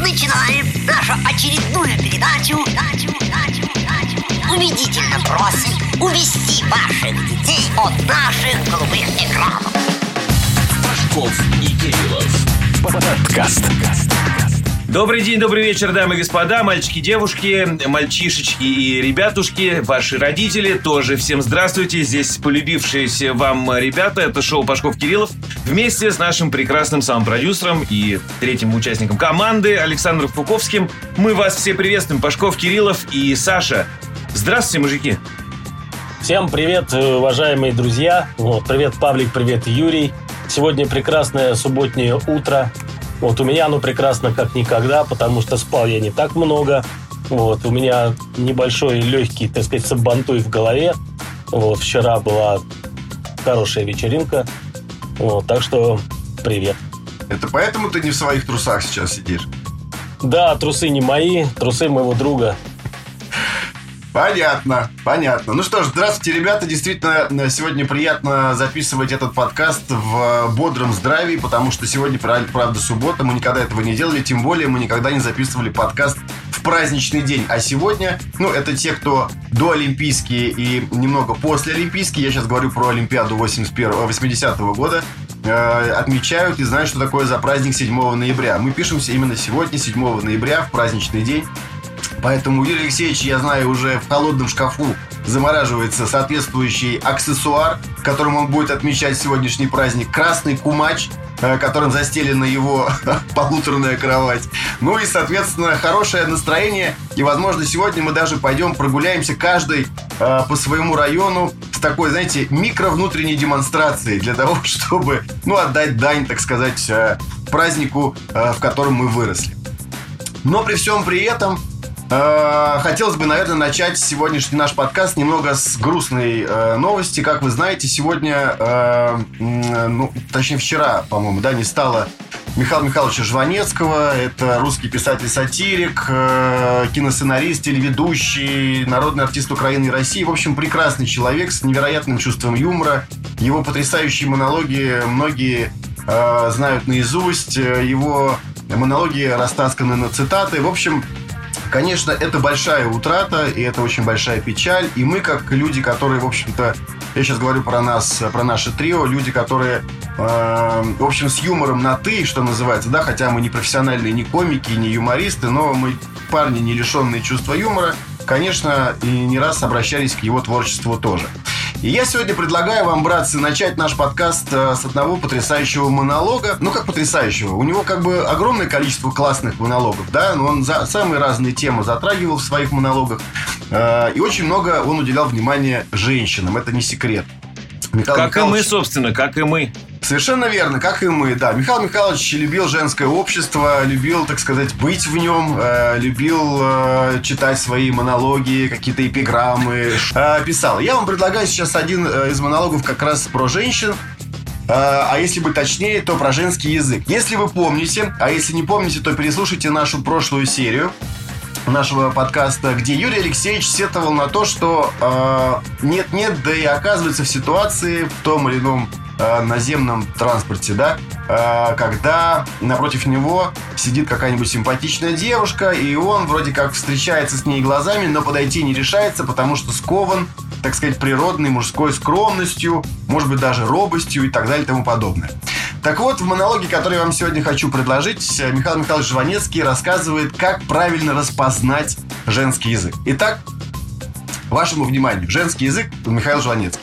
начинаем нашу очередную передачу. Убедительно просим увести ваших детей от наших голубых экранов. Пашков и Кириллов. Подкаст. Добрый день, добрый вечер, дамы и господа, мальчики, девушки, мальчишечки и ребятушки, ваши родители, тоже всем здравствуйте. Здесь полюбившиеся вам ребята, это шоу Пашков-Кириллов, вместе с нашим прекрасным саунд-продюсером и третьим участником команды Александром Фуковским. Мы вас все приветствуем, Пашков-Кириллов и Саша. Здравствуйте, мужики. Всем привет, уважаемые друзья. Привет, Павлик, привет, Юрий. Сегодня прекрасное субботнее утро. У меня оно прекрасно как никогда, потому что спал я не так много. У меня небольшой легкий, так сказать, сабантуй в голове. Вчера была хорошая вечеринка. Так что привет. Это поэтому ты не в своих трусах сейчас сидишь? Да, трусы не мои, трусы моего друга. Понятно. Ну что ж, здравствуйте, ребята. Действительно, сегодня приятно записывать этот подкаст в бодром здравии, потому что сегодня, правда, суббота. Мы никогда этого не делали, тем более мы никогда не записывали подкаст в праздничный день. А сегодня, это те, кто доолимпийские и немного послеолимпийские, я сейчас говорю про Олимпиаду 80-го года, отмечают и знают, что такое за праздник 7 ноября. Мы пишемся именно сегодня, 7 ноября, в праздничный день. Поэтому Юрий Алексеевич, я знаю, уже в холодном шкафу замораживается соответствующий аксессуар, которым он будет отмечать сегодняшний праздник. Красный кумач, которым застелена его полуторная кровать. И, соответственно, хорошее настроение. И, возможно, сегодня мы даже пойдем прогуляемся каждый по своему району с такой, знаете, микровнутренней демонстрацией для того, чтобы, отдать дань, так сказать, празднику, в котором мы выросли. Но при всем при этом хотелось бы, наверное, начать сегодняшний наш подкаст немного с грустной новости. Как вы знаете, сегодня, точнее вчера, по-моему, не стало Михаила Михайловича Жванецкого. Это русский писатель-сатирик, киносценарист, телеведущий, народный артист Украины и России. В общем, прекрасный человек с невероятным чувством юмора. Его потрясающие монологи многие знают наизусть. Его монологи растасканы на цитаты. В общем, конечно, это большая утрата, и это очень большая печаль. И мы, как люди, которые, в общем-то, я сейчас говорю про нас, про наше трио, люди, которые, в общем, с юмором на «ты», что называется, хотя мы не профессиональные, не комики, не юмористы, но мы парни, не лишенные чувства юмора, конечно, и не раз обращались к его творчеству тоже. И я сегодня предлагаю вам, братцы, начать наш подкаст с одного потрясающего монолога. Как потрясающего? У него огромное количество классных монологов, но он самые разные темы затрагивал в своих монологах. И очень много он уделял внимания женщинам, это не секрет. Как и мы, собственно, как и мы. Совершенно верно, как и мы, да. Михаил Михайлович любил женское общество, любил, так сказать, быть в нем, любил читать свои монологи, какие-то эпиграммы, писал. Я вам предлагаю сейчас один из монологов как раз про женщин, а если быть точнее, то про женский язык. Если вы помните, а если не помните, то переслушайте нашу прошлую серию нашего подкаста, где Юрий Алексеевич сетовал на то, что нет-нет, да и оказывается в ситуации в том или ином наземном транспорте, когда напротив него сидит какая-нибудь симпатичная девушка, и он вроде как встречается с ней глазами, но подойти не решается, потому что скован, так сказать, природной мужской скромностью, может быть, даже робостью и так далее и тому подобное. Так вот, в монологе, который я вам сегодня хочу предложить, Михаил Михайлович Жванецкий рассказывает, как правильно распознать женский язык. Итак, вашему вниманию, женский язык у Михаила Жванецкого.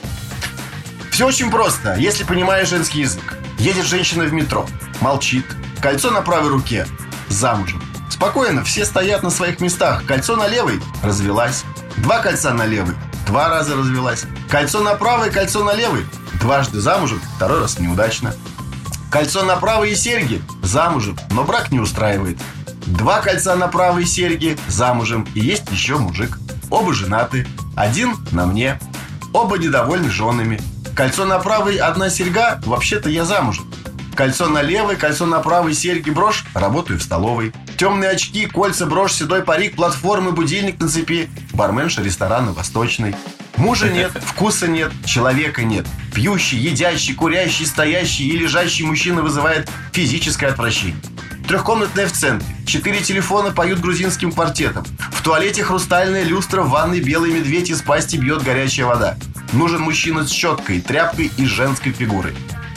Все очень просто. Если понимаешь женский язык, едет женщина в метро, молчит, кольцо на правой руке, замужем. Спокойно, все стоят на своих местах. Кольцо на левой – развелась. 2 кольца на левой – 2 раза развелась. Кольцо на правой, кольцо на левой – дважды замужем, 2 раз неудачно. Кольцо на правой и серьги – замужем, но брак не устраивает. 2 кольца на правой серьги – замужем, и есть еще мужик. Оба женаты, 1 на мне. Оба недовольны женами. Кольцо на правой, 1 серьга, вообще-то я замужем. Кольцо на левой, кольцо на правой, серьги, брошь, работаю в столовой. Темные очки, кольца, брошь, седой парик, платформы, будильник на цепи, барменша ресторана «Восточный». Мужа нет, вкуса нет, человека нет. Пьющий, едящий, курящий, стоящий и лежащий мужчина вызывает физическое отвращение. Четырехкомнатная в центре. 4 телефона поют грузинским квартетом. В туалете хрустальная люстра, в ванной белый медведь, из пасти бьет горячая вода. Нужен мужчина с щеткой, тряпкой и женской фигурой.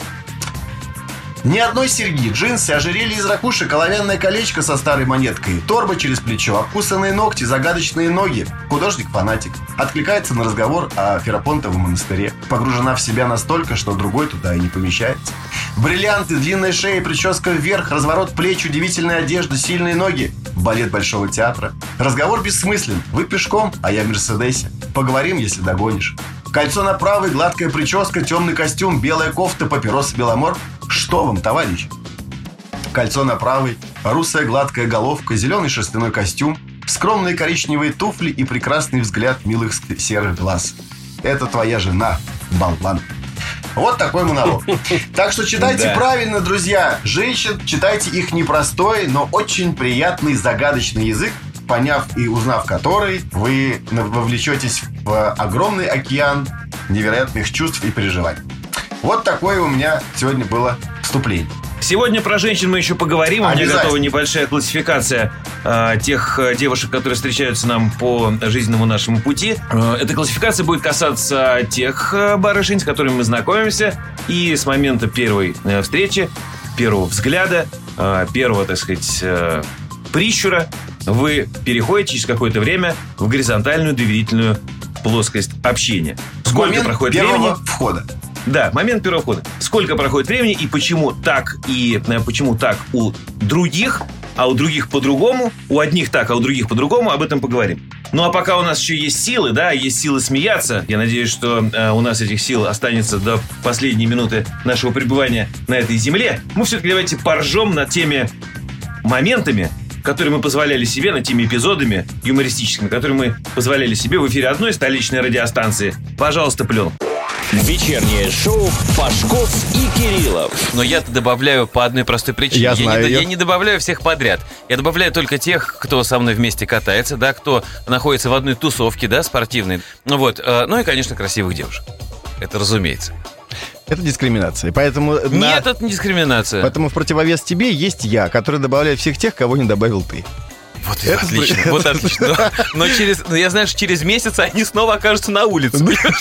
Ни одной серьги, джинсы, ожерелье из ракушек, оловянное колечко со старой монеткой, торба через плечо, обкусанные ногти, загадочные ноги. Художник-фанатик. Откликается на разговор о Ферапонтовом монастыре. Погружена в себя настолько, что другой туда и не помещается. Бриллианты, длинная шея, прическа вверх, разворот плеч, удивительная одежда, сильные ноги. Балет Большого театра. Разговор бессмыслен. Вы пешком, а я в Мерседесе. Поговорим, если догонишь. Кольцо на правой, гладкая прическа, темный костюм, белая кофта, папиросы Беломор. Что вам, товарищ? Кольцо на правой, русая гладкая головка, зеленый шерстяной костюм, скромные коричневые туфли и прекрасный взгляд милых серых глаз. Это твоя жена, болван. Вот такой монолог. Так что читайте правильно, друзья. Женщин, читайте их непростой, но очень приятный, загадочный язык, поняв и узнав который, вы вовлечетесь в огромный океан невероятных чувств и переживаний. Вот такое у меня сегодня было вступление. Сегодня про женщин мы еще поговорим. У меня готова небольшая классификация тех девушек, которые встречаются нам по жизненному нашему пути. Эта классификация будет касаться тех барышень, с которыми мы знакомимся. И с момента первой встречи, первого взгляда, первого, так сказать, прищура, вы переходите через какое-то время в горизонтальную доверительную плоскость общения. Сколько проходит времени? Входа. Да, момент первого входа. Сколько проходит времени и почему так у других, а у других по-другому, у одних так, а у других по-другому, об этом поговорим. Ну а пока у нас еще есть силы, да, есть силы смеяться. Я надеюсь, что у нас этих сил останется до последней минуты нашего пребывания на этой земле. Мы все-таки давайте поржем над теми моментами, которые мы позволяли себе, над теми эпизодами юмористическими, которые мы позволяли себе в эфире одной столичной радиостанции. Пожалуйста, Плен. Вечернее шоу Пашков и Кириллов. Но я-то добавляю по одной простой причине. Я не добавляю всех подряд. Я добавляю только тех, кто со мной вместе катается, да, кто находится в одной тусовке, да, спортивной. Ну вот, ну и, конечно, красивых девушек. Это разумеется. Это дискриминация. Поэтому Нет, это не дискриминация. Поэтому в противовес тебе есть я, который добавляет всех тех, кого не добавил ты. Вот это отлично, вот отлично. Но я знаю, что через месяц они снова окажутся на улице.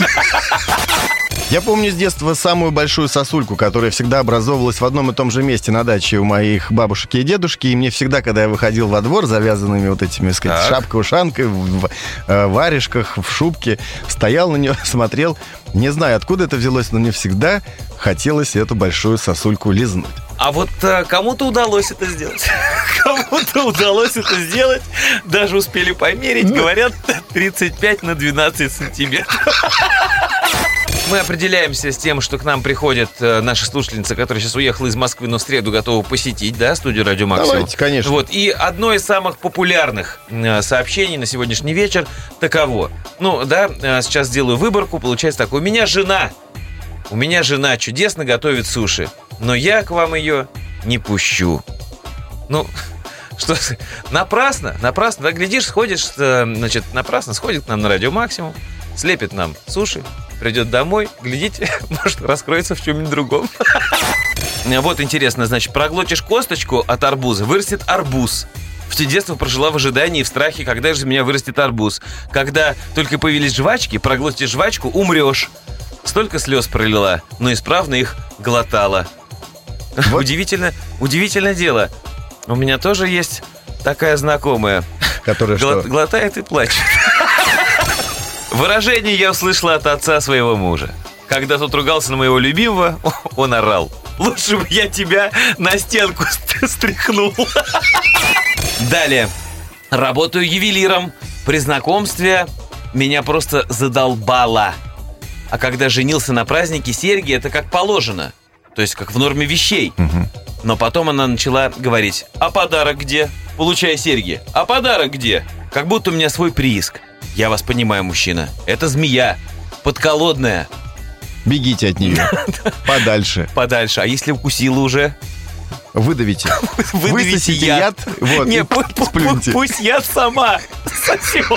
Я помню с детства самую большую сосульку, которая всегда образовывалась в одном и том же месте на даче у моих бабушки и дедушки. И мне всегда, когда я выходил во двор, завязанными вот этими, так сказать, шапкой-ушанкой, в варежках, в шубке, стоял на нее, смотрел. Не знаю, откуда это взялось, но мне всегда хотелось эту большую сосульку лизнуть. А вот кому-то удалось это сделать. Кому-то удалось это сделать. Даже успели померить. Говорят, 35 на 12 сантиметров. Мы определяемся с тем, что к нам приходит наша слушательница, которая сейчас уехала из Москвы, но в среду готова посетить, да, студию «Радио Максимум». Давайте, конечно. Вот. И одно из самых популярных сообщений на сегодняшний вечер таково. Ну, да, сейчас сделаю выборку, получается так. У меня жена чудесно готовит суши, но я к вам ее не пущу. Ну, что, напрасно, да, глядишь, сходишь, значит, напрасно сходит к нам на «Радио Максимум», слепит нам суши, придет домой, глядите, может, раскроется в чем-нибудь другом. Вот интересно, значит, проглотишь косточку от арбуза, вырастет арбуз. Все детство прожила в ожидании и в страхе, когда же из меня вырастет арбуз. Когда только появились жвачки, проглотишь жвачку, умрешь. Столько слез пролила, но исправно их глотала. Вот. Удивительное дело. У меня тоже есть такая знакомая, которая глотает и плачет. Выражение я услышала от отца своего мужа. Когда тот ругался на моего любимого, он орал: лучше бы я тебя на стенку стряхнул. Далее. Работаю ювелиром. При знакомстве меня просто задолбало. А когда женился на празднике, серьги — это как положено. То есть как в норме вещей. Но потом она начала говорить: а подарок где? Получай серьги. А подарок где? Как будто у меня свой прииск. Я вас понимаю, мужчина. Это змея. Подколодная. Бегите от нее. Подальше. Подальше. А если укусила уже? Выдавите. Выдавите яд. Вот, не, пусть яд сама сосет.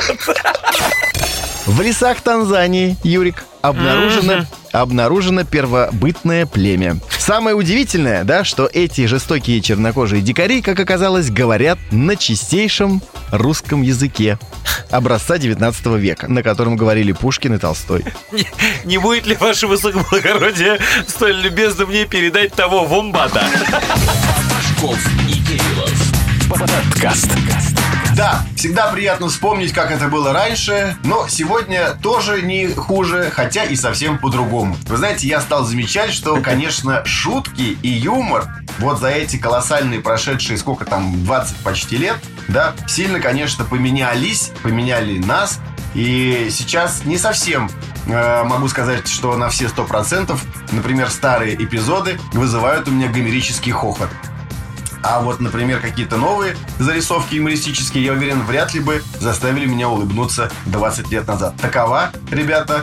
В лесах Танзании, Юрик, обнаружено первобытное племя. Самое удивительное, да, что эти жестокие чернокожие дикари, как оказалось, говорят на чистейшем русском языке образца 19 века, на котором говорили Пушкин и Толстой. Не будет ли ваше высокоблагородие столь любезно мне передать того вомбата? Пашков и Кириллов. Подкаст. Да, всегда приятно вспомнить, как это было раньше, но сегодня тоже не хуже, хотя и совсем по-другому. Вы знаете, я стал замечать, что, конечно, шутки и юмор вот за эти колоссальные прошедшие, сколько там, 20 почти лет, да, сильно, конечно, поменяли нас. И сейчас не совсем могу сказать, что на все 100%, например, старые эпизоды вызывают у меня гомерический хохот. А вот, например, какие-то новые зарисовки юмористические, я уверен, вряд ли бы заставили меня улыбнуться 20 лет назад. Такова, ребята,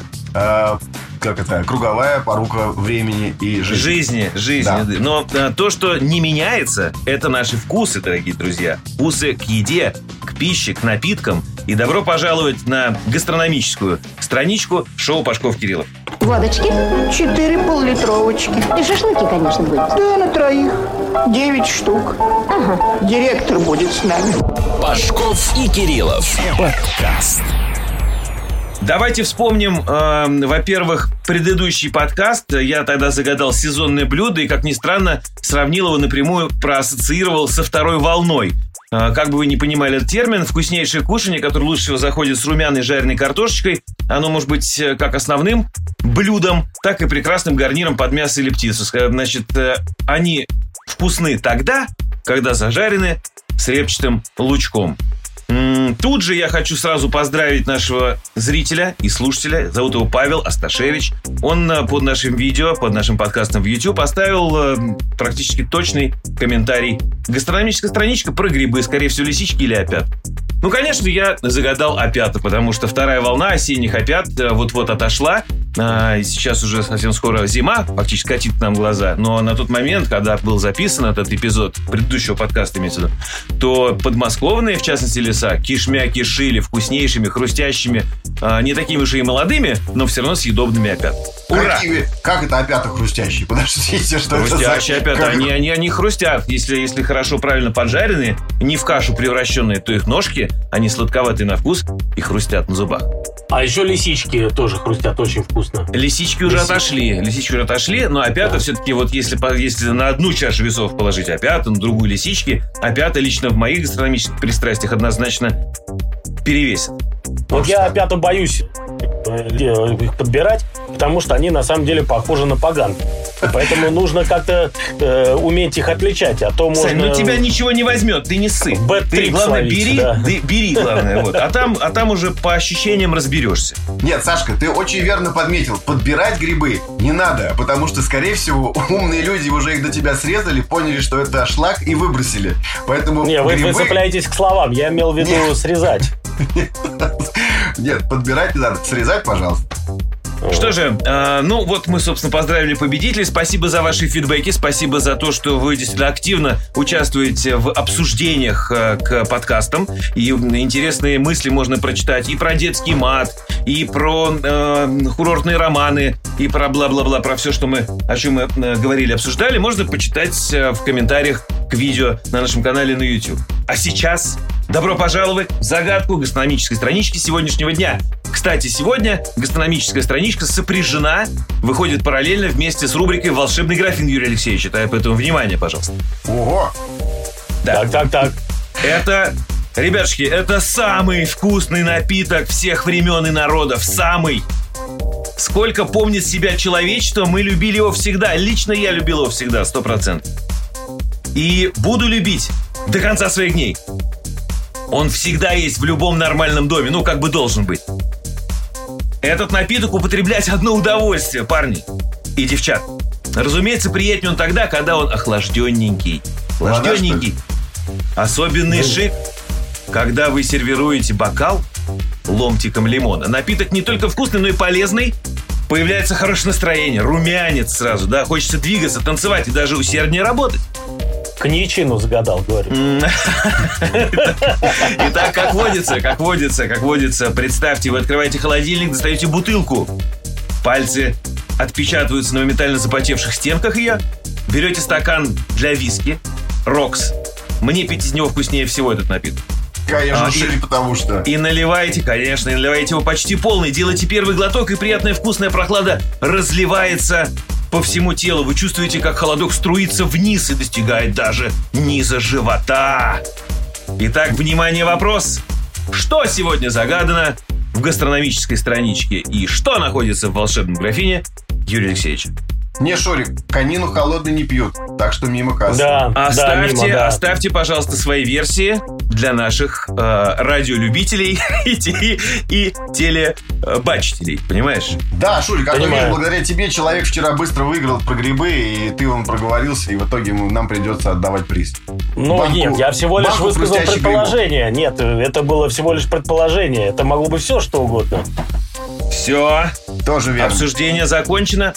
круговая порука времени и жизни. Жизни. Да. Но то, что не меняется, это наши вкусы, дорогие друзья. Вкусы к еде, к пище, к напиткам. И добро пожаловать на гастрономическую страничку шоу Пашков Кириллов. Водочки? 4 пол-литровочки. И шашлыки, конечно, будет. Да, на троих. 9 штук. Ага. Директор будет с нами. Пашков и Кириллов. Подкаст. Давайте вспомним, во-первых, предыдущий подкаст. Я тогда загадал сезонное блюдо и, как ни странно, сравнил его напрямую, проассоциировал со второй волной. Как бы вы ни понимали этот термин, вкуснейшее кушанье, которое лучше всего заходит с румяной жареной картошечкой, оно может быть как основным блюдом, так и прекрасным гарниром под мясо или птицу. Значит, они вкусны тогда, когда зажарены с репчатым лучком. Тут же я хочу сразу поздравить нашего зрителя и слушателя. Зовут его Павел Асташевич. Он под нашим видео, под нашим подкастом в YouTube оставил практически точный комментарий. Гастрономическая страничка про грибы, скорее всего, лисички или опят. Ну, конечно, я загадал опята, потому что вторая волна осенних опят вот-вот отошла. Сейчас уже совсем скоро зима, фактически катит нам глаза. Но на тот момент, когда был записан этот эпизод предыдущего подкаста, имеется в виду, то подмосковные, в частности, леса, кишмя кишили вкуснейшими, хрустящими, не такими уж и молодыми, но все равно съедобными опят. Ура! Как это опята хрустящие? Подождите, что хрустящие это за... опята, они хрустят. Если хорошо, правильно поджаренные, не в кашу превращенные, то их ножки, они сладковатые на вкус и хрустят на зубах. А еще лисички тоже хрустят очень вкусно. Лисички уже отошли, но опята все-таки вот если на одну чашу весов положить опята, на другую лисички, опята лично в моих гастрономических пристрастиях однозначно перевесят. Вот я опята боюсь их подбирать, потому что они на самом деле похожи на поганки. Поэтому нужно как-то уметь их отличать, а то можно... Сань, ну тебя ничего не возьмет, ты не ссы. Ты, главное, бери, главное. Вот. А там уже по ощущениям разберешься. Нет, Сашка, ты очень верно подметил. Подбирать грибы не надо, потому что, скорее всего, умные люди уже их до тебя срезали, поняли, что это шлак и выбросили. Поэтому не, вы цепляетесь к словам. Я имел в виду срезать. Нет, подбирать не надо. Срезать, пожалуйста. Что же, ну вот мы, собственно, поздравили победителей. Спасибо за ваши фидбэки, спасибо за то, что вы действительно активно участвуете в обсуждениях к подкастам. И интересные мысли можно прочитать и про детский мат, и про курортные романы, и про бла-бла-бла, про все, о чем мы говорили, обсуждали. Можно почитать в комментариях к видео на нашем канале на YouTube. А сейчас добро пожаловать в загадку гастрономической странички сегодняшнего дня. Кстати, сегодня гастрономическая страничка сопряжена, выходит параллельно вместе с рубрикой «Волшебный графин» Юрия Алексеевича. Поэтому внимание, пожалуйста. Ого! Да. Так. Это, ребятушки, это самый вкусный напиток всех времен и народов. Самый. Сколько помнит себя человечество, мы любили его всегда. Лично я любил его всегда, 100%. И буду любить до конца своих дней. Он всегда есть в любом нормальном доме, ну, как бы должен быть. Этот напиток употреблять одно удовольствие, парни и девчат. Разумеется, приятнее он тогда, когда он охлажденненький. Особенный шик, когда вы сервируете бокал ломтиком лимона. Напиток не только вкусный, но и полезный. Появляется хорошее настроение, румянец сразу, да, хочется двигаться, танцевать и даже усерднее работать. Коньячину загадал, говорю. Итак, как водится, представьте, вы открываете холодильник, достаете бутылку. Пальцы отпечатываются на моментально запотевших стенках ее. берете стакан для виски, Рокс. Мне пить из него вкуснее всего этот напиток. Конечно, Шири, потому что... И наливаете, конечно, и наливаете его почти полный. Делаете первый глоток, и приятная вкусная прохлада разливается по всему телу. Вы чувствуете, как холодок струится вниз и достигает даже низа живота. Итак, внимание, вопрос. Что сегодня загадано в гастрономической страничке? И что находится в волшебном графине Юрия Алексеевича? Не, Шурик, конину холодный не пьют, так что мимо кассы. Да, Оставьте, мимо, да. оставьте, пожалуйста, свои версии для наших радиолюбителей и телебачителей, понимаешь? Да, Шурик, а то Понимаю. благодаря тебе человек вчера быстро выиграл про грибы, и ты он проговорился, и в итоге нам придется отдавать приз. Ну, Банку- нет, я всего лишь банку высказал хрустящих предположение. Нет, это было всего лишь предположение. Это могло быть все, что угодно. Все, Тоже верно. обсуждение закончено.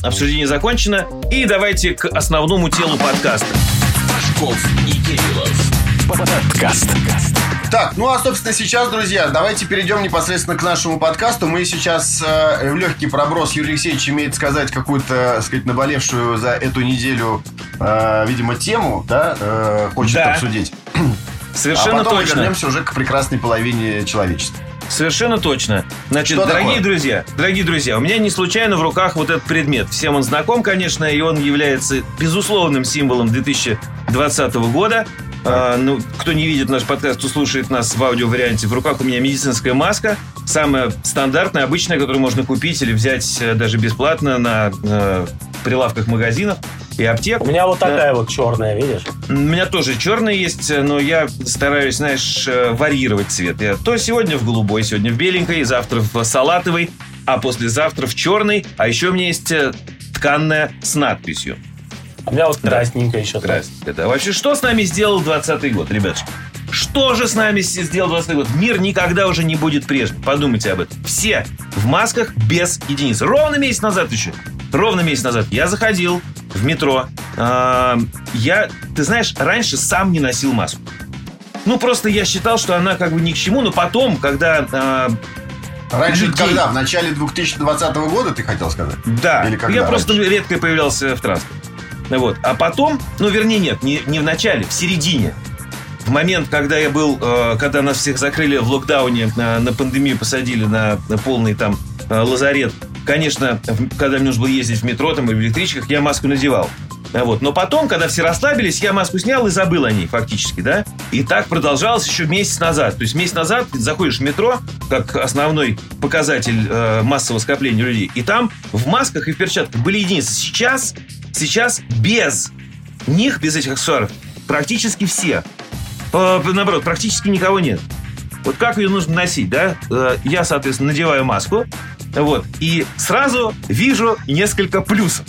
И давайте к основному телу подкаста. Пашков и Кириллов. Подкаст. Так, ну а, собственно, сейчас, друзья, давайте перейдем непосредственно к нашему подкасту. Мы сейчас в легкий проброс. Юрий Алексеевич имеет сказать какую-то, так сказать, наболевшую за эту неделю, видимо, тему, да, хочет Да. обсудить. Совершенно а потом точно. вернемся уже к прекрасной половине человечества. Совершенно точно. Значит, Что дорогие такое? друзья, у меня не случайно в руках вот этот предмет. Всем он знаком, конечно, и он является безусловным символом 2020 года. Ну, кто не видит наш подкаст, кто слушает нас в аудиоварианте, в руках у меня медицинская маска. Самая стандартная, обычная, которую можно купить или взять даже бесплатно на прилавках магазинов и аптек. У меня вот такая вот черная, видишь? У меня тоже черный есть, но я стараюсь, знаешь, варьировать цвет. Я то сегодня в голубой, сегодня в беленькой, завтра в салатовой, а послезавтра в черный. А еще у меня есть тканная с надписью. У меня вот красненькая еще. Здравствуйте. Это вообще что с нами сделал 2020 год, ребятушки? Что же с нами сделал 2020 год? Мир никогда уже не будет прежним. Подумайте об этом. Все в масках без единиц. Ровно месяц назад я заходил в метро. Ты знаешь, раньше сам не носил маску. Ну, просто я считал, что она как бы ни к чему. Но потом, когда... Раньше это людей- когда? В начале 2020 года, ты хотел сказать? Да, Или когда я просто раньше? редко появлялся в транспорте. Вот. А потом, ну, вернее, нет, не в начале, в середине. В момент, когда я был, когда нас всех закрыли в локдауне, на пандемию посадили на полный там лазарет. Конечно, когда мне нужно было ездить в метро там, или в электричках, я маску надевал. Вот. Но потом, когда все расслабились, я маску снял и забыл о ней фактически, да? И так продолжалось еще месяц назад. То есть месяц назад ты заходишь в метро, как основной показатель массового скопления людей, и там в масках и в перчатках были единицы. Сейчас без них, без этих аксессуаров, практически все. Наоборот, практически никого нет. Вот как ее нужно носить, да? Я, соответственно, надеваю маску, вот, и сразу вижу несколько плюсов.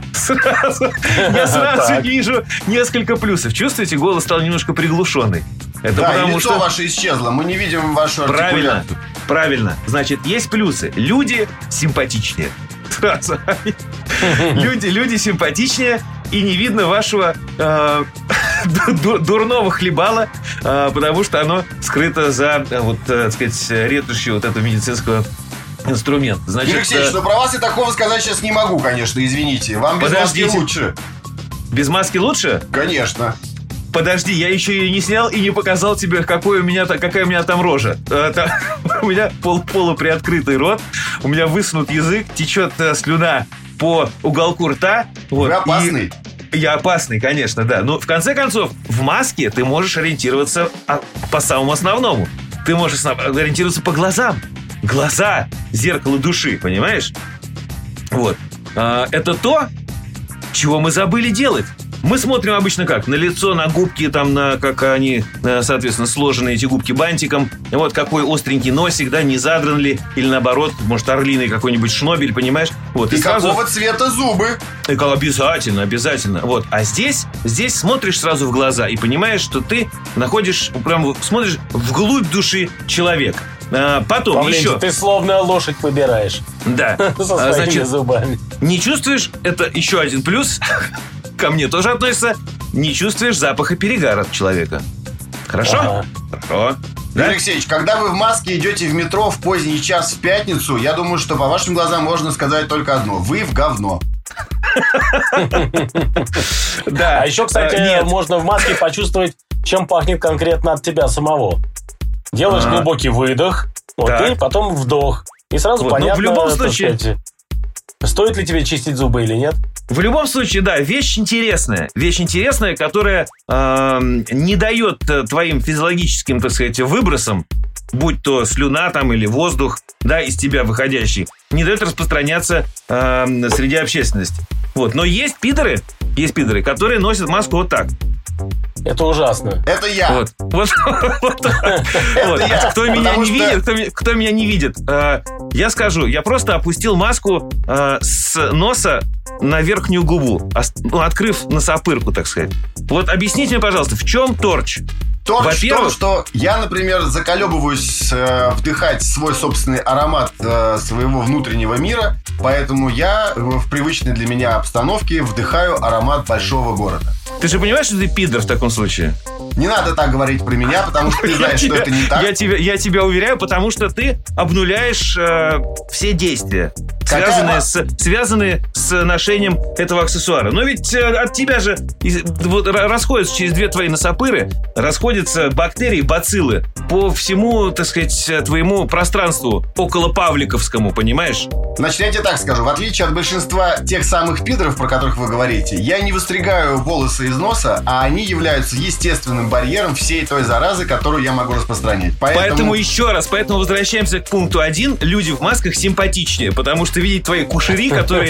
Я сразу вижу несколько плюсов. Чувствуете, голос стал немножко приглушенный. Это Да, и потому лицо что... ваше исчезло. Мы не видим вашу артикуляцию. Правильно. Значит, есть плюсы. Люди симпатичнее. Сразу. Люди симпатичнее, и не видно вашего дурного хлебала, потому что оно скрыто за, вот, так сказать, ретушью вот этого медицинского инструмента. Значит, Юрий Алексеевич, но про вас я такого сказать сейчас не могу, конечно, извините. Вам без маски Подождите. лучше. без маски лучше? Конечно. Подожди, я еще ее не снял и не показал тебе, какая у меня там рожа. У меня полуприоткрытый рот, у меня высунут язык, течет слюна по уголку рта. Вот, Вы опасный. Я опасный, конечно, да. Но в конце концов, в маске ты можешь ориентироваться по самому основному. Ты можешь ориентироваться по глазам. Глаза – зеркало души, понимаешь? Вот. Это то, чего мы забыли делать. Мы смотрим обычно как? На лицо, на губки, там, на как они, соответственно, сложены эти губки бантиком. Вот какой остренький носик, да, не задран ли, или наоборот, может, орлиный какой-нибудь шнобель, понимаешь? Вот, И сразу... какого цвета зубы? Обязательно. Вот. А здесь смотришь сразу в глаза и понимаешь, что ты смотришь вглубь души человека. Потом Павленчик, еще... ты словно лошадь выбираешь. Да. Со своими Значит, зубами. не чувствуешь, это еще один плюс, ко мне тоже относится, не чувствуешь запаха перегара от человека. Хорошо? Ага. Хорошо. Да? Юрий Алексеевич, когда вы в маске идете в метро в поздний час в пятницу, я думаю, что по вашим глазам можно сказать только одно. Вы в говно. Да. А еще, кстати, нет. можно в маске почувствовать, чем пахнет конкретно от тебя самого. Делаешь глубокий выдох, Так. и потом вдох. И сразу Вот, ну, понятно, в любом так случае- сказать, стоит ли тебе чистить зубы или нет. В любом случае, да, вещь интересная, которая не дает твоим физиологическим, так сказать, выбросам, будь то слюна там или воздух, да, из тебя выходящий, не дает распространяться среди общественности. Вот, но есть пидоры, которые носят маску вот так. Это ужасно. Это я. Вот. я. Кто меня не видит, я скажу, я просто опустил маску с носа на верхнюю губу, открыв носопырку, так сказать. Вот объясните мне, пожалуйста, в чем торч? Торч в том, Во-первых- что я, например, заколебываюсь вдыхать свой собственный аромат своего внутреннего мира, поэтому я в привычной для меня обстановке вдыхаю аромат большого города. Ты же понимаешь, что ты пидор в таком случае? Не надо так говорить про меня, потому что ты знаешь, что это не так. Я тебя уверяю, потому что ты обнуляешь все действия, связанные с ношением этого аксессуара. Но ведь от тебя же расходятся через две твои носопыры, расходятся бактерии, бациллы по всему, так сказать, твоему пространству околопавликовскому, понимаешь? Значит, я тебе так скажу. В отличие от большинства тех самых пидоров, про которых вы говорите, я не выстригаю волосы из носа, а они являются естественным барьером всей той заразы, которую я могу распространять. Поэтому возвращаемся к пункту 1. Люди в масках симпатичнее, потому что видеть твои кушери,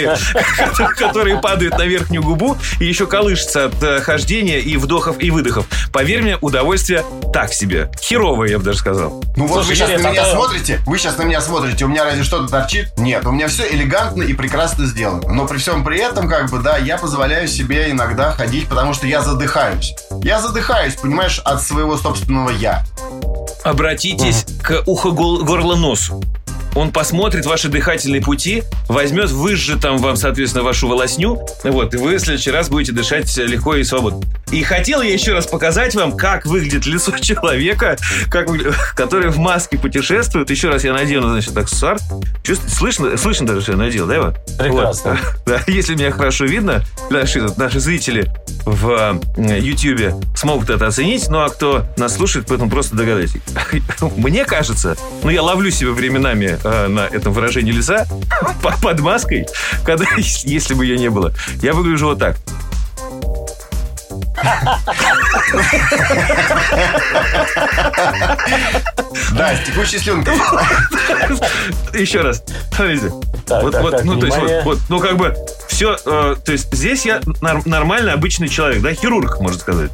которые падают на верхнюю губу и еще колышутся от хождения и вдохов и выдохов. Поверь мне, удовольствие так себе. Херовое, я бы даже сказал. Ну вот Слушай, вы сейчас Юрий, на меня тогда- смотрите, у меня разве что-то торчит? Нет, у меня все элегантно и прекрасно сделано. Но при всем при этом, я позволяю себе иногда ходить, потому что я задыхаюсь. Понимаешь, от своего собственного «я». Обратитесь к ухо-горло-носу. Он посмотрит ваши дыхательные пути, возьмет, выжжет там вам, соответственно, вашу волосню, вот, и вы в следующий раз будете дышать легко и свободно. И хотел я еще раз показать вам, как выглядит лицо человека, который в маске путешествует. Еще раз я надену, значит, аксессуар. Слышно даже, что я надел, да, его? Прекрасно. Вот. Да, если меня хорошо видно, наши зрители в Ютьюбе смогут это оценить, ну а кто нас слушает, поэтому просто догадайтесь. Мне кажется, я ловлю себя временами на этом выражении лица под маской, когда, если бы ее не было, я выгляжу вот так. Да, с текущей слюнкой. Еще раз. Смотрите. Так, внимание. Все, то есть здесь я нормальный, обычный человек, да, хирург, можно сказать.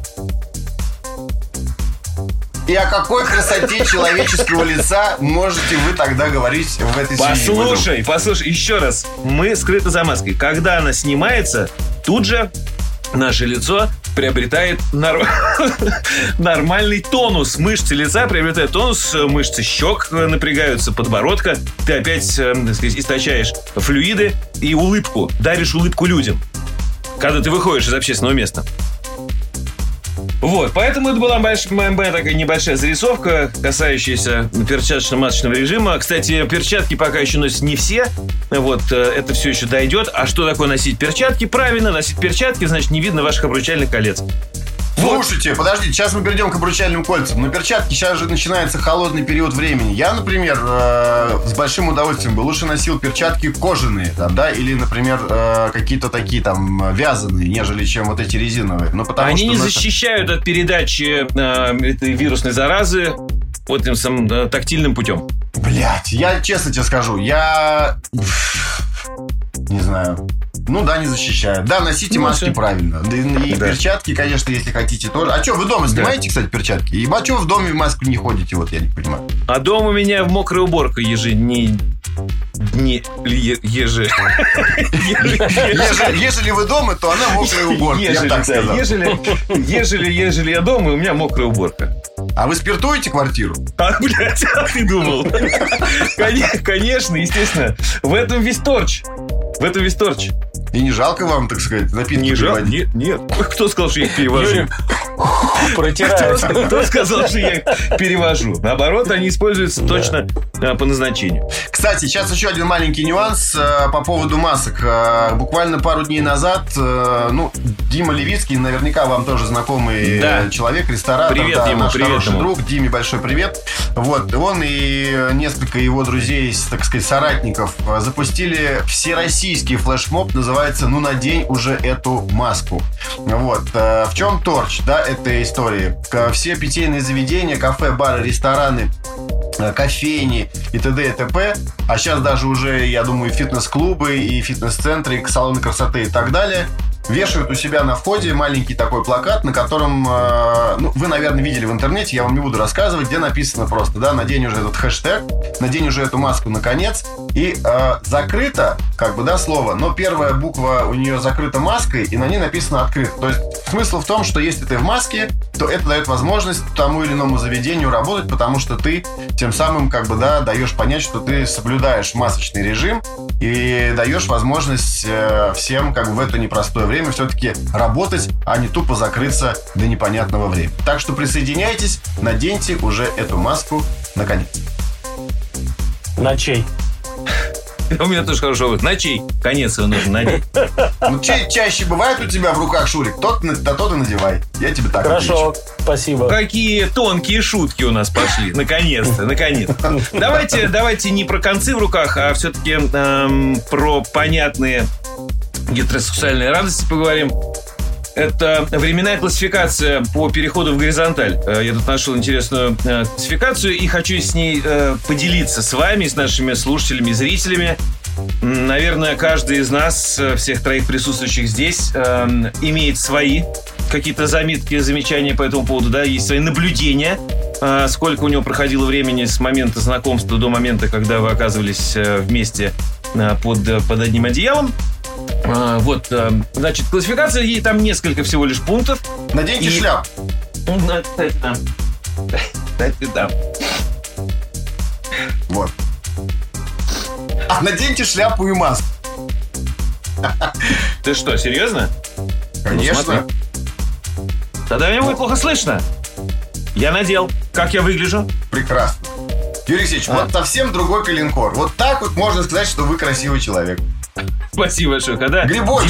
И о какой красоте человеческого лица можете вы тогда говорить в этой связи? Послушай, еще раз. Мы скрыты за маской. Когда она снимается, тут же наше лицо приобретает нормальный тонус. Мышцы лица приобретают тонус, мышцы щек напрягаются, подбородка. Ты опять, так сказать, источаешь флюиды и улыбку. Даришь улыбку людям, когда ты выходишь из общественного места. Вот, поэтому это была моя такая небольшая зарисовка, касающаяся перчаточно-масочного режима. Кстати, перчатки пока еще носят не все. Вот, это все еще дойдет. А что такое носить перчатки? Правильно, носить перчатки, значит, не видно ваших обручальных колец. Слушайте, подождите, сейчас мы перейдем к обручальным кольцам. Но перчатки, сейчас же начинается холодный период времени. Я, например, с большим удовольствием бы лучше носил перчатки кожаные, да, или, например, какие-то такие там вязаные, нежели чем вот эти резиновые. Ну, потому Они что не защищают от передачи этой вирусной заразы вот этим самым тактильным путем. Блять, я честно тебе скажу, я не знаю. Ну да, не защищают. Да, носите маски правильно. И перчатки, конечно, если хотите тоже. А что, вы дома снимаете, кстати, перчатки? И что вы в доме в маску не ходите? Вот я не понимаю. А дома у меня мокрая уборка ежели вы дома, то она мокрая уборка. Я так сказал. Ежели я дома, у меня мокрая уборка. А вы спиртуете квартиру? Блядь, а ты думал? Конечно, естественно. В этом весь торч. И не жалко вам, так сказать, напитки переводить? Нет. Кто сказал, что я их перевожу? Юрий, Протирают. Кто сказал, что я перевожу? Наоборот, они используются точно по назначению. Кстати, сейчас еще один маленький нюанс по поводу масок. Буквально пару дней назад, Дима Левицкий, наверняка вам тоже знакомый человек, ресторатор, привет ему, наш привет хороший ему. друг. Диме большой привет. Вот, он и несколько его друзей, так сказать, соратников запустили всероссийский флешмоб, называется «Ну, надень уже эту маску». Вот. В чем торч, этой истории? Все питейные заведения, кафе, бары, рестораны, кофейни и т.д. и т.п. А сейчас даже уже, я думаю, фитнес-клубы и фитнес-центры, и салоны красоты и так далее вешают у себя на входе маленький такой плакат, на котором, вы, наверное, видели в интернете, я вам не буду рассказывать, где написано просто, надень уже этот хэштег, надень уже эту маску наконец, и закрыто, слово, но первая буква у нее закрыта маской, и на ней написано открыто. То есть смысл в том, что если ты в маске, то это дает возможность тому или иному заведению работать, потому что ты тем самым, даешь понять, что ты соблюдаешь масочный режим и даешь возможность всем, в это непростое время все-таки работать, а не тупо закрыться до непонятного времени. Так что присоединяйтесь, наденьте уже эту маску наконец. На чей? У меня тоже хорошо будет. На чей конец его нужно надеть? Чаще бывает у тебя в руках, Шурик, тот и надевай. Я тебе так Хорошо, отвечу. спасибо. Какие тонкие шутки у нас пошли. Наконец-то. Давайте не про концы в руках, а все-таки про понятные гетеросексуальные радости поговорим. Это временная классификация по переходу в горизонталь. Я тут нашел интересную классификацию и хочу с ней поделиться с вами, с нашими слушателями и зрителями. Наверное, каждый из нас, всех троих присутствующих здесь, имеет свои какие-то заметки, замечания по этому поводу, есть свои наблюдения, сколько у него проходило времени с момента знакомства до момента, когда вы оказывались вместе под одним одеялом. Значит, классификация, ей там несколько всего лишь пунктов. Наденьте шляпу. Кстати, там. Вот. Наденьте шляпу и маску. Ты что, серьезно? Конечно. Тогда меня будет плохо слышно. Я надел. Как я выгляжу? Прекрасно. Юрий Алексеевич, вот совсем другой коленкор. Вот так вот можно сказать, что вы красивый человек. Спасибо большое. Когда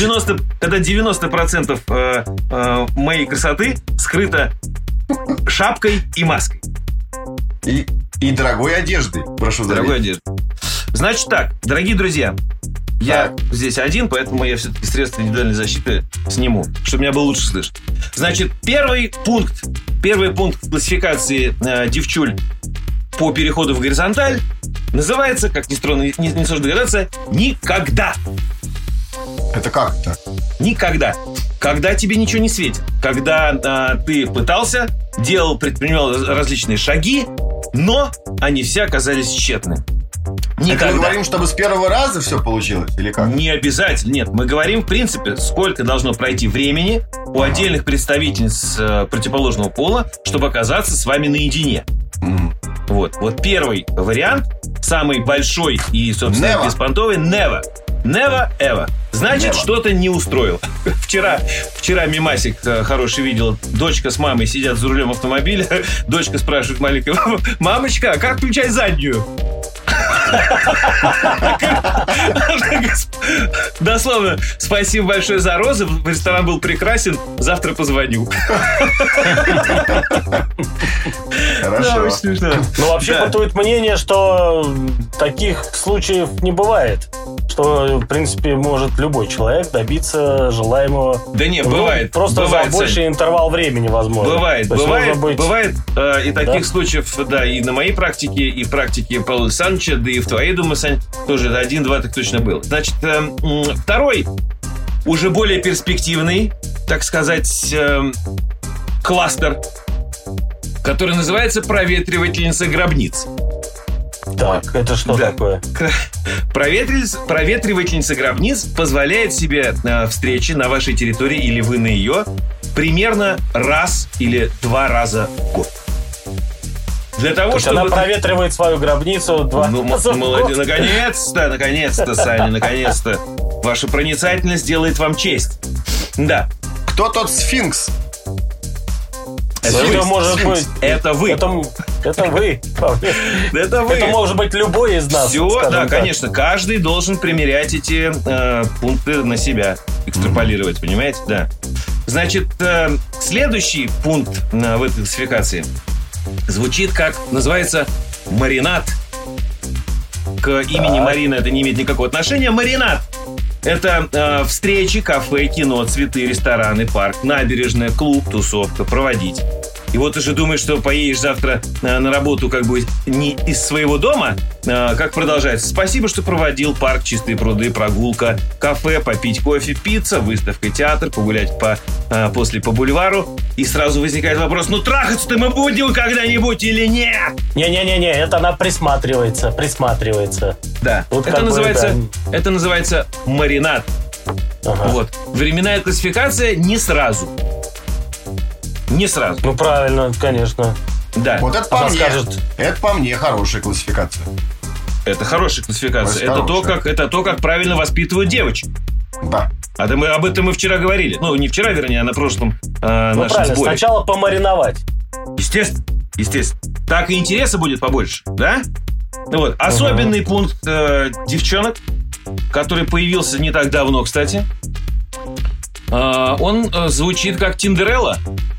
90% моей красоты скрыто шапкой и маской. И дорогой одеждой, прошу заметить. Дорогой одеждой. Значит так, дорогие друзья, я здесь один, поэтому я все-таки средства индивидуальной защиты сниму, чтобы меня было лучше слышно. Значит, первый пункт классификации девчуль по переходу в горизонталь называется, как ни странно, не сложно догадаться, «никогда». Это как это? Никогда. Когда тебе ничего не светит. Когда ты пытался, предпринимал различные шаги, но они все оказались тщетны. Никогда. Это мы говорим, чтобы с первого раза все получилось? Или как? Не обязательно. Нет, мы говорим, в принципе, сколько должно пройти времени у отдельных представительниц противоположного пола, чтобы оказаться с вами наедине. Вот первый вариант, самый большой и, собственно, беспонтовый, never. Never ever. Значит, что-то не устроил. Вчера мимасик хороший видел. Дочка с мамой сидят за рулем автомобиля. Дочка спрашивает маленькая: мамочка, а как включать заднюю? Дословно, спасибо большое за розы. Ресторан был прекрасен. Завтра позвоню. Хорошо. Ну, вообще бытует мнение, что таких случаев не бывает. Что, в принципе, может любой человек добиться желаемого. Да нет, бывает. Просто бывает, за больший интервал времени, возможно. Бывает и таких случаев, и на моей практике, и в практике Павла Александровича, да и в твоей, думаю, Сань, тоже 1-2 так точно было. Значит, второй, уже более перспективный, так сказать, кластер, который называется «Проветривательница гробниц». Так, это что такое? Проветривательница гробниц позволяет себе встречи на вашей территории или вы на ее примерно раз или 2 раза в год. Для того, чтобы... Она проветривает свою гробницу 2 раза в год. Молодец, наконец-то, Саня, наконец-то. Ваша проницательность делает вам честь. Да. Кто тот сфинкс? Это может быть... Это вы. Это вы. Это вы. Это может быть любой из нас. Все, да, конечно. Каждый должен примерять эти пункты на себя. Экстраполировать, понимаете? Да. Значит, следующий пункт в этой классификации звучит как, называется, маринад. К имени Марина это не имеет никакого отношения. Маринад. Это встречи, кафе, кино, цветы, рестораны, парк, набережная, клуб, тусовка, проводить. И вот ты же думаешь, что поедешь завтра на работу как бы не из своего дома. Как продолжается? Спасибо, что проводил парк, чистые пруды, прогулка, кафе, попить кофе, пицца, выставка, театр, погулять после по бульвару. И сразу возникает вопрос, ну трахаться-то мы будем когда-нибудь или нет? Не-не-не, это она присматривается. Да, Вот это называется маринад. Ага. Вот. Временная классификация не сразу. Не сразу. Ну, правильно, конечно. Да. Вот это Она по мне. скажет... Это по мне хорошая классификация. Это хорошая классификация. Это то, как правильно воспитывают девочек. Да. Об этом мы вчера говорили. Ну, не вчера, вернее, а на прошлом Ну, нашем правильно, сборе. сначала помариновать. Естественно. Так и интереса будет побольше, да? Вот. Особенный пункт девчонок, который появился не так давно, кстати. Он звучит как Тиндерелла.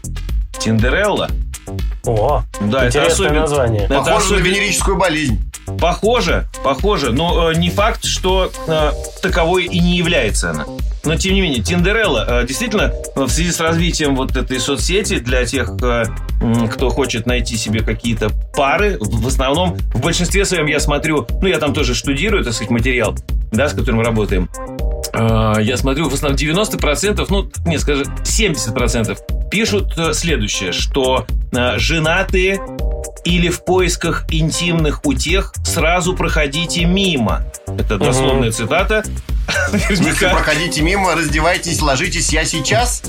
О, Да, интересное название. Похоже на венерическую болезнь. Похоже, но не факт, что таковой и не является она. Но, тем не менее, Тиндерелла действительно в связи с развитием вот этой соцсети для тех, кто хочет найти себе какие-то пары, в основном, в большинстве своем я смотрю, ну, я там тоже штудирую, так сказать, материал, да, с которым работаем. Я смотрю, в основном 90%, ну, не скажу, 70% пишут следующее, что женатые или в поисках интимных утех сразу проходите мимо. Это дословная цитата. Если проходите мимо, раздевайтесь, ложитесь, я сейчас?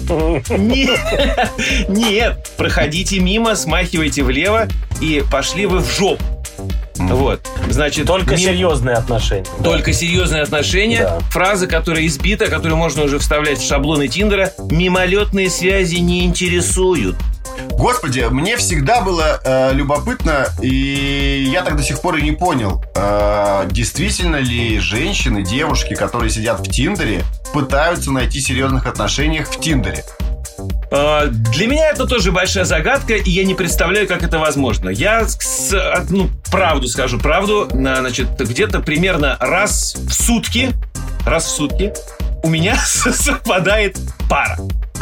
Нет, проходите мимо, смахивайте влево и пошли вы в жопу. Вот, значит, Только серьезные отношения. Только серьезные отношения. Да. Фраза, которая избита, которую можно уже вставлять в шаблоны Тиндера. Мимолетные связи не интересуют. Господи, мне всегда было любопытно, и я так до сих пор и не понял, действительно ли женщины, девушки, которые сидят в Тиндере, пытаются найти серьезных отношениях в Тиндере. Для меня это тоже большая загадка, и я не представляю, как это возможно. Я, правду скажу, значит, где-то примерно раз в сутки у меня совпадает пара.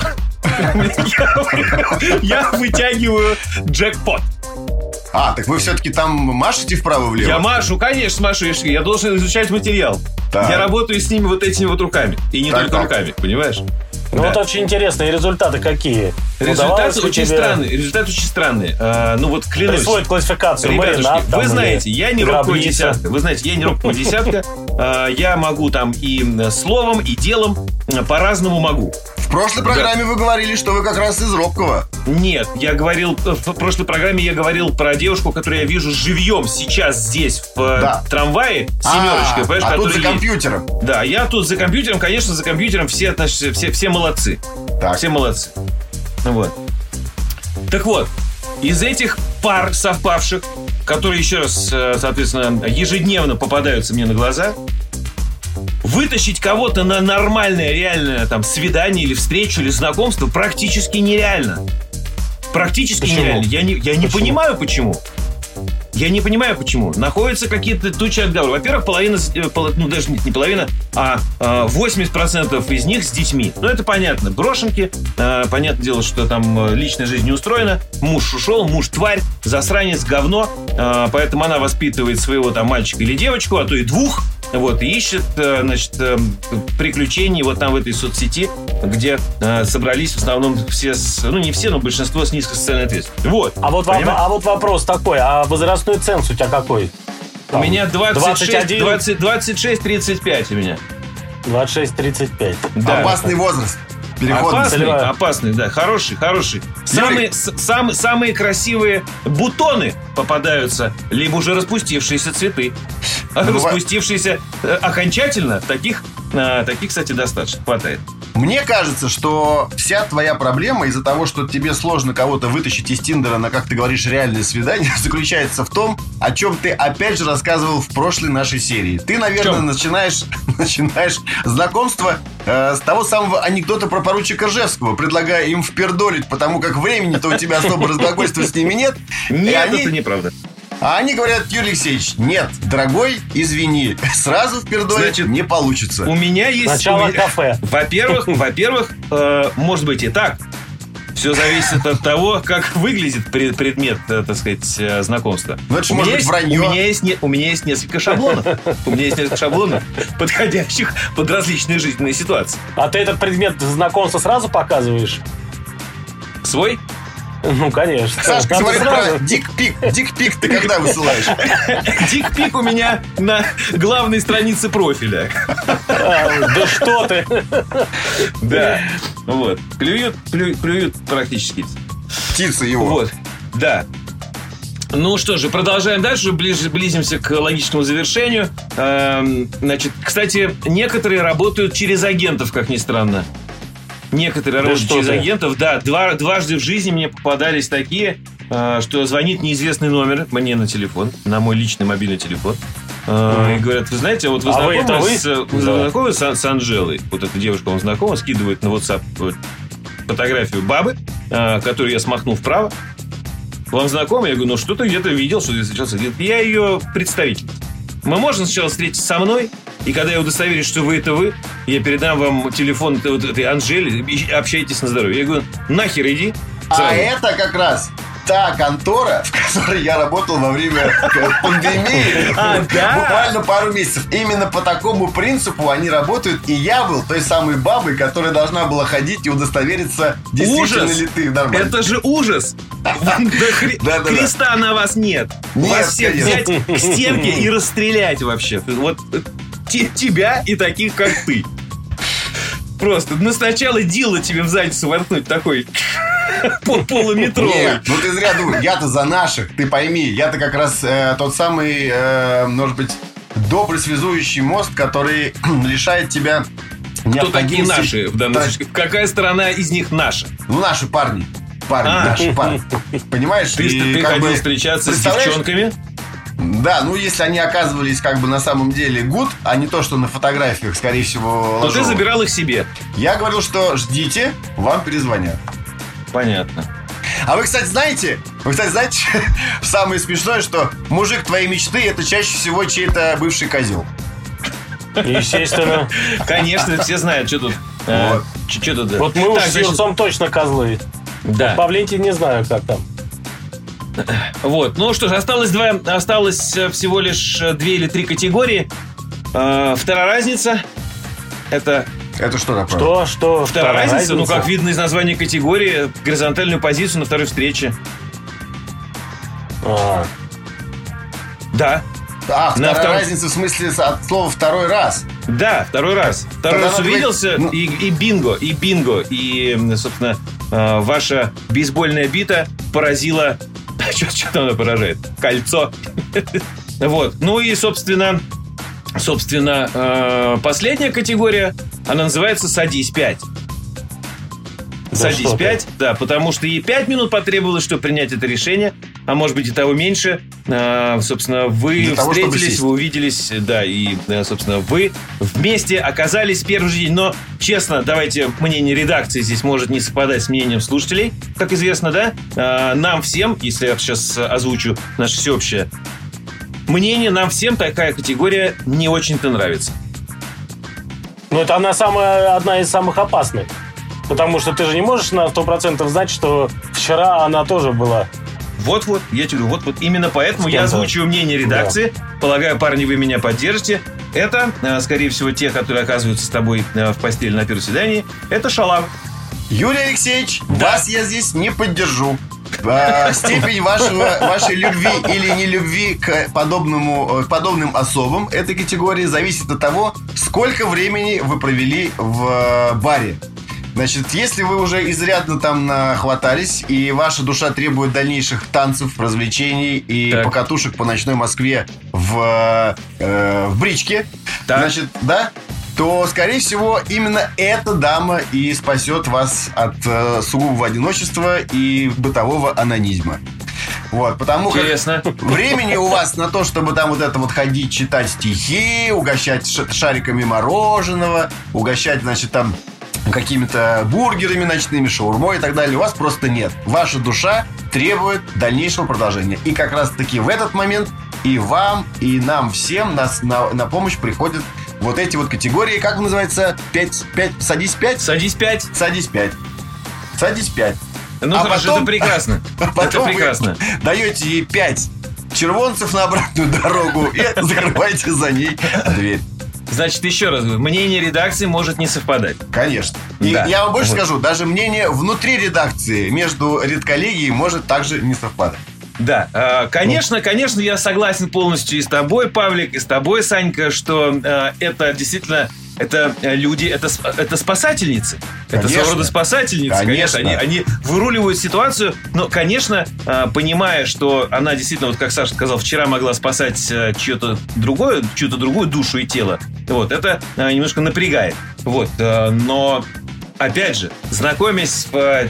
Я вытягиваю джекпот. Так вы все-таки там машете вправо-влево? Я машу, конечно, машу. Я должен изучать материал. Так. Я работаю с ними вот этими вот руками. И не только руками, понимаешь? Ну, вот очень интересно. И результаты какие? Результаты очень странные. Ну, вот клянусь. Присвоить классификацию. Ребятушки, вы знаете, я не робкая десятка. Я могу там и словом, и делом по-разному могу. В прошлой программе вы говорили, что вы как раз из робкого. Нет, в прошлой программе я говорил про девушку, которую я вижу живьем сейчас здесь, в трамвае, семерочкой, понимаешь, тут за компьютером. Да, я тут за компьютером, конечно, за компьютером все молодцы. Так. Все молодцы. Вот. Так вот, из этих пар совпавших, которые, еще раз, соответственно, ежедневно попадаются мне на глаза, вытащить кого-то на нормальное, реальное там свидание или встречу, или знакомство практически нереально. Практически нереально. Я не понимаю, почему. Находятся какие-то тучи отговоров. Во-первых, даже не половина, а 80% из них с детьми. Ну, это понятно. Брошенки. Понятное дело, что там личная жизнь не устроена. Муж ушел, муж тварь, засранец, говно. Поэтому она воспитывает своего там мальчика или девочку, а то и двух. Вот, и ищет, значит, приключений вот там в этой соцсети, где собрались в основном все, не все, но большинство с низкой социальной ответственностью. Вот. А вот вопрос такой, а возрастной ценз у тебя какой? У меня 26-35 у меня. 26-35. Да. Опасный возраст. Опасный, да, хороший. Самые красивые бутоны попадаются, либо уже распустившиеся цветы. Распустившиеся окончательно, таких, кстати, достаточно, хватает. Мне кажется, что вся твоя проблема из-за того, что тебе сложно кого-то вытащить из Тиндера на, как ты говоришь, реальное свидание, заключается в том, о чем ты опять же рассказывал в прошлой нашей серии. Ты, наверное, начинаешь знакомство с того самого анекдота про поручика Ржевского, предлагая им впердолить, потому как времени-то у тебя особо разглагольствовать с ними нет. Нет, это неправда. А они говорят: Юрий Алексеевич, нет, дорогой, извини, сразу впердолить не получится. У меня есть... Сначала кафе. Во-первых, может быть и так. Все зависит от того, как выглядит предмет, так сказать, знакомства. Ну, это же может быть вранье. У меня есть несколько шаблонов. Подходящих под различные жизненные ситуации. А ты этот предмет знакомства сразу показываешь? Свой? Ну, конечно. Сашка, смотри, про дикпик. Дикпик ты когда высылаешь? Дикпик у меня на главной странице профиля. Да что ты? Да. Вот. Клюют практически. Птицы его. Вот. Да. Ну что же, продолжаем дальше, близимся к логическому завершению. Значит, кстати, некоторые работают через агентов, как ни странно. Некоторые работают через агентов. Да, дважды в жизни мне попадались такие, что звонит неизвестный номер мне на телефон, на мой личный мобильный телефон. И говорят: вы знаете, вот вы знакомы с Анжелой? Вот эта девушка вам знакома, скидывает на WhatsApp фотографию бабы, которую я смахнул вправо. Вам знакомо? Я говорю: ну что-то где-то видел, что здесь сейчас. Говорит: я ее представитель. Мы можем сначала встретиться со мной, и когда я удостоверюсь, что вы это вы, я передам вам телефон вот этой Анжели, и общайтесь на здоровье. Я говорю: нахер иди. Сразу. А это как раз та контора, в которой я работал во время пандемии. Буквально пару месяцев. Именно по такому принципу они работают. И я был той самой бабой, которая должна была ходить и удостовериться, действительно ли ты нормально. Это же ужас. Креста на вас нет. Вас всех взять к стенке и расстрелять вообще. Вот тебя и таких, как ты. Просто. Ну, сначала дило тебе в задницу воткнуть такой полуметровый. Нет, ну ты зря думаешь. Я-то за наших, ты пойми. Я-то как раз тот самый, может быть, добрый связующий мост, который лишает тебя необходимости. Кто такие наши в данном случае? Какая сторона из них наша? Ну, наши парни. Наши парни. Понимаешь? Ты ходил встречаться с девчонками? Да, ну если они оказывались как бы на самом деле good, а не то, что на фотографиях, скорее всего, ложовые. То ты забирал их себе. Я говорил, что ждите, вам перезвонят. Понятно. А вы, кстати, знаете, самое смешное, что мужик твоей мечты — это чаще всего чей-то бывший козел. Естественно. Конечно, все знают, что тут. Что тут. Вот мы уж с Юрцом точно козлы. Да. Павлентий не знаю, как там. Вот, ну что ж, осталось всего лишь 2 или 3 категории. Вторая разница. Это что такое? Что? Вторая разница, ну как видно из названия категории, горизонтальную позицию на второй встрече. Да. Вторая разница в смысле от слова «второй раз». Да, второй раз. Второй раз увиделся, и бинго. И, собственно, ваша бейсбольная бита поразила... Что там она поражает? Кольцо. Вот. Ну и, собственно, последняя категория, она называется «Садись 5». «Садись 5», да, потому что ей 5 минут потребовалось, чтобы принять это решение, а может быть и того меньше. Собственно, вы встретились, вы увиделись, да, и, собственно, вы вместе оказались в первый же день. Но, честно, давайте, мнение редакции здесь может не совпадать с мнением слушателей, как известно, да. Нам всем, если я сейчас озвучу наше всеобщее мнение, нам всем такая категория не очень-то нравится. Ну, это она одна из самых опасных. Потому что ты же не можешь на 100% знать, что вчера она тоже была. Вот-вот, я тебе говорю, вот именно поэтому я озвучиваю мнение редакции. Да. Полагаю, парни, вы меня поддержите. Это, скорее всего, те, которые оказываются с тобой в постели на первом свидании. Это шалавы. Юрий Алексеевич, вас я здесь не поддержу. Степень вашей любви или нелюбви к подобным особам этой категории зависит от того, сколько времени вы провели в баре. Значит, если вы уже изрядно там нахватались, и ваша душа требует дальнейших танцев, развлечений и покатушек по ночной Москве в бричке, значит, да, то, скорее всего, именно эта дама и спасет вас от сугубого одиночества и бытового анонизма. Вот, потому Интересно. как времени у вас на то, чтобы там вот это вот ходить, читать стихи, угощать шариками мороженого, угощать, значит, там какими-то бургерами ночными, шаурмой и так далее, у вас просто нет. Ваша душа требует дальнейшего продолжения. И как раз-таки в этот момент и вам, и нам всем на помощь приходят вот эти вот категории. Как называется? 5? Садись 5? Садись 5. Садись 5. Садись 5. Ну, хорошо, потом, это прекрасно. Это прекрасно. Вы даете ей 5 червонцев на обратную дорогу и закрываете за ней дверь. Значит, еще раз говорю, мнение редакции может не совпадать. Конечно. И Да. я вам больше скажу, даже мнение внутри редакции между редколлегией может также не совпадать. Да, конечно, я согласен полностью и с тобой, Павлик, и с тобой, Санька, что это действительно, это люди, это спасательницы. Это Конечно. своего рода спасательницы, конечно. Они выруливают ситуацию, но, конечно, понимая, что она действительно, вот как Саша сказал, вчера могла спасать чью-то другую душу и тело, вот, это немножко напрягает. Вот, но, опять же, знакомясь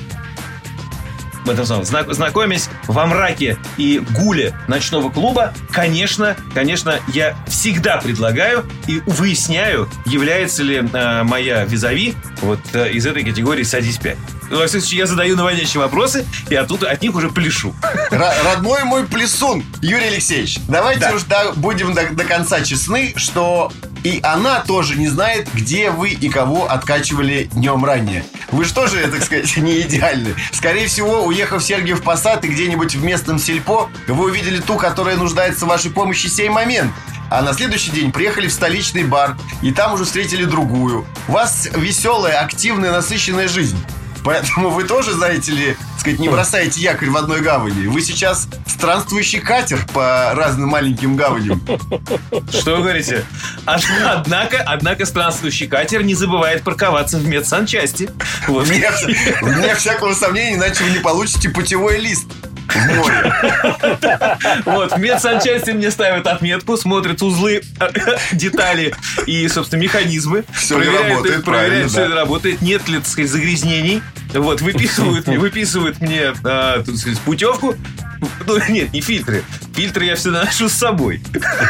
во мраке и гуле ночного клуба, конечно, я всегда предлагаю и выясняю, является ли моя визави вот из этой категории «Садись 5». Во всяком случае, я задаю наводящие вопросы, и от них уже пляшу. Родной мой плясун, Юрий Алексеевич, давайте уж будем до конца честны, что и она тоже не знает, где вы и кого откачивали днем ранее. Вы же тоже, так сказать, не идеальны. Скорее всего, уехав в Сергиев Посад и где-нибудь в местном сельпо, вы увидели ту, которая нуждается в вашей помощи в сей момент. А на следующий день приехали в столичный бар, и там уже встретили другую. У вас веселая, активная, насыщенная жизнь. Поэтому вы тоже, знаете ли, так сказать, не бросаете якорь в одной гавани. Вы сейчас странствующий катер по разным маленьким гаваням. Что вы говорите? Однако странствующий катер не забывает парковаться в медсанчасти. Вот. Вне всякого сомнения, иначе вы не получите путевой лист в море. Вот, в медсанчасти мне ставят отметку, смотрят узлы, детали и, собственно, механизмы. Все ли работает, проверяют, все ли да. работает, нет ли, так сказать, загрязнений. Вот, выписывают мне, так сказать, путевку. Ну, нет, не фильтры. Фильтры я всегда ношу с собой.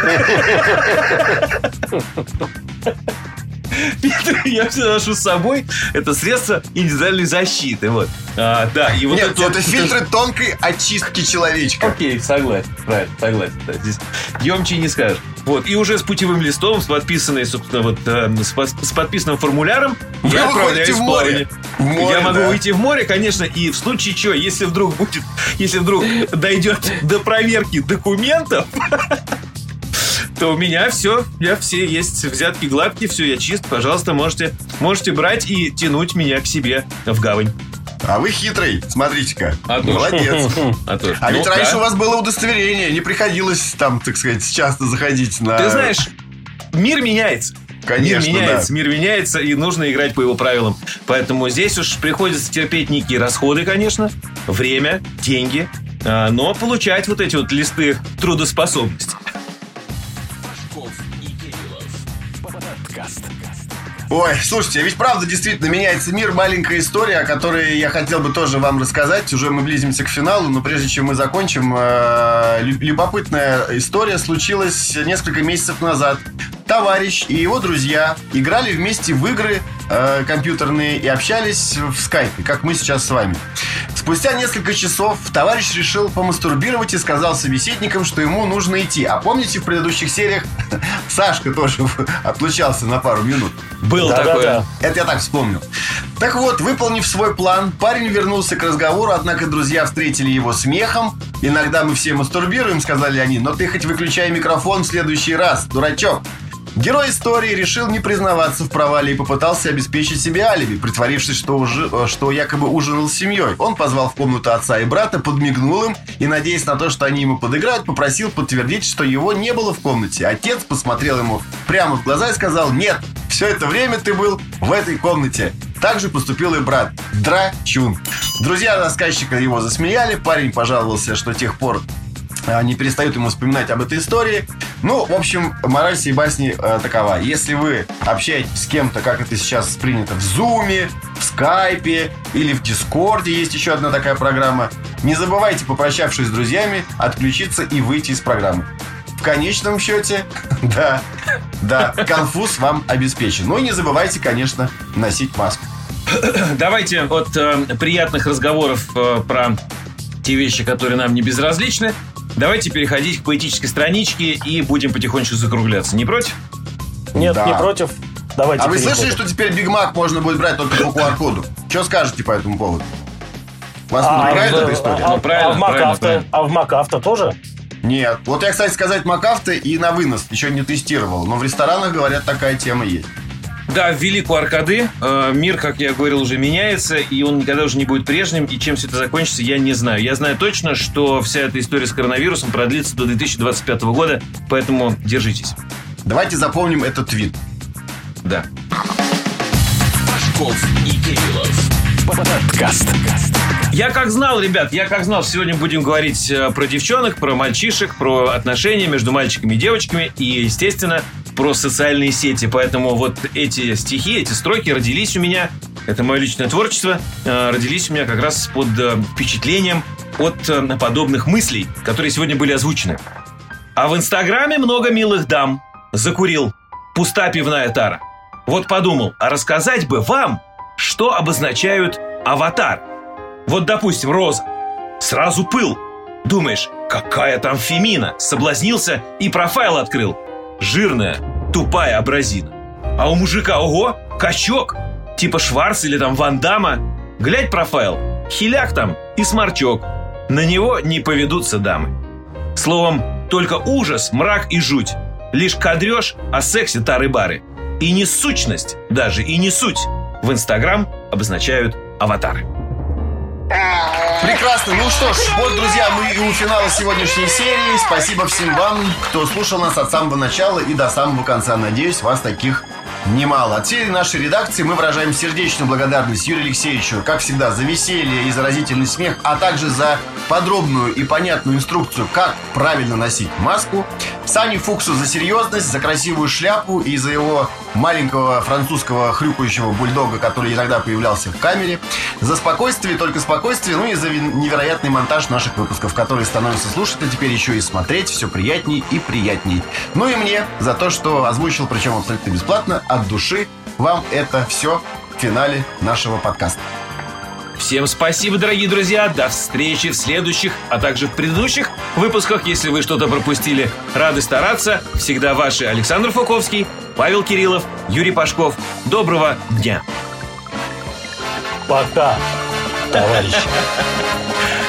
Фильтры я всегда ношу с собой. Это средство индивидуальной защиты. Вот. Да, и вот нет, это фильтры тонкой очистки человечка. Окей, согласен. Правильно, согласен. Да, здесь емче не скажешь. Вот, и уже с путевым листом, с подписанной, собственно, вот с подписанным формуляром я отправляюсь в плавание. Я могу выйти в море, конечно, и в случае чего, если вдруг дойдет до проверки документов, то у меня все есть взятки гладкие, все, я чист, пожалуйста, можете брать и тянуть меня к себе в гавань. А вы хитрый, смотрите-ка. Молодец. А ведь раньше у вас было удостоверение, не приходилось там, так сказать, часто заходить на... Ты знаешь, мир меняется. Конечно, мир меняется, и нужно играть по его правилам. Поэтому здесь уж приходится терпеть некие расходы, конечно, время, деньги, но получать вот эти вот листы трудоспособности. Ой, слушайте, ведь правда действительно меняется мир. Маленькая история, о которой я хотел бы тоже вам рассказать. Уже мы близимся к финалу, но прежде чем мы закончим, любопытная история случилась несколько месяцев назад. Товарищ и его друзья играли вместе в игры компьютерные и общались в скайпе, как мы сейчас с вами. Спустя несколько часов товарищ решил помастурбировать и сказал собеседникам, что ему нужно идти. А помните, в предыдущих сериях Сашка тоже отлучался на пару минут? Было такое. Да. Это я так вспомнил. Так вот, выполнив свой план, парень вернулся к разговору, однако друзья встретили его смехом. «Иногда мы все мастурбируем», — сказали они, «но ты хоть выключай микрофон в следующий раз, дурачок». Герой истории решил не признаваться в провале и попытался обеспечить себе алиби, притворившись, что якобы ужинал с семьей. Он позвал в комнату отца и брата, подмигнул им и, надеясь на то, что они ему подыграют, попросил подтвердить, что его не было в комнате. Отец посмотрел ему прямо в глаза и сказал: «Нет, все это время ты был в этой комнате». Так же поступил и брат. Драчун. Друзья рассказчика его засмеяли, парень пожаловался, что с тех пор не перестают ему вспоминать об этой истории. Ну, в общем, мораль сей басни такова. Если вы общаетесь с кем-то, как это сейчас принято, в Зуме, в Скайпе или в Дискорде, есть еще одна такая программа, не забывайте, попрощавшись с друзьями, отключиться и выйти из программы. В конечном счете, да, конфуз вам обеспечен. Ну и не забывайте, конечно, носить маску. Давайте от приятных разговоров про те вещи, которые нам не безразличны, давайте переходить к поэтической страничке и будем потихонечку закругляться. Не против? Нет, Да. не против. Давайте А вы переходим. слышали, что теперь Биг Мак можно будет брать только по QR-коду? Что скажете по этому поводу? Вас удивляет эта история? Ну, правильно, в МакАвто, правильно. а в МакАвто тоже? Нет. Вот я, кстати, сказать, МакАвто и на вынос еще не тестировал. Но в ресторанах, говорят, такая тема есть. Да, ввели QR-коды. Мир, как я говорил, уже меняется, и он никогда уже не будет прежним. И чем все это закончится, я не знаю. Я знаю точно, что вся эта история с коронавирусом продлится до 2025 года, поэтому держитесь. Давайте запомним этот твит. Да. Пашков и Кириллов. Подкаст. Я как знал, ребят, что сегодня будем говорить про девчонок, про мальчишек, про отношения между мальчиками и девочками и, естественно, про социальные сети. Поэтому вот эти стихи, эти строки родились у меня, это мое личное творчество, родились у меня как раз под впечатлением от подобных мыслей, которые сегодня были озвучены. А в Инстаграме много милых дам. Закурил. Пуста пивная тара. Вот подумал, а рассказать бы вам, что обозначают аватар. Вот, допустим, роза. Сразу пыл. Думаешь, какая там фемина? Соблазнился и профайл открыл. Жирная, тупая абразина. А у мужика, ого, качок. Типа Шварц или там Ван Дамма. Глядь профайл. Хиляк там и сморчок. На него не поведутся дамы. Словом, только ужас, мрак и жуть. Лишь кадреж о сексе тары-бары. И не сущность, даже и не суть. В Инстаграм обозначают аватары. Прекрасно. Ну что ж, вот, друзья, мы и у финала сегодняшней серии. Спасибо всем вам, кто слушал нас от самого начала и до самого конца. Надеюсь, вас таких немало. От всей нашей редакции мы выражаем сердечную благодарность Юрию Алексеевичу, как всегда, за веселье и заразительный смех, а также за подробную и понятную инструкцию, как правильно носить маску. Сане Фуксу за серьезность, за красивую шляпу и за его маленького французского хрюкающего бульдога, который иногда появлялся в камере. За спокойствие, только спокойствие, ну и за невероятный монтаж наших выпусков, которые становятся слушать, а теперь еще и смотреть все приятней и приятней. Ну и мне за то, что озвучил, причем абсолютно бесплатно, от души. Вам это все в финале нашего подкаста. Всем спасибо, дорогие друзья. До встречи в следующих, а также в предыдущих выпусках. Если вы что-то пропустили, рады стараться. Всегда ваши Александр Фуковский, Павел Кириллов, Юрий Пашков. Доброго дня. Пока, товарищи.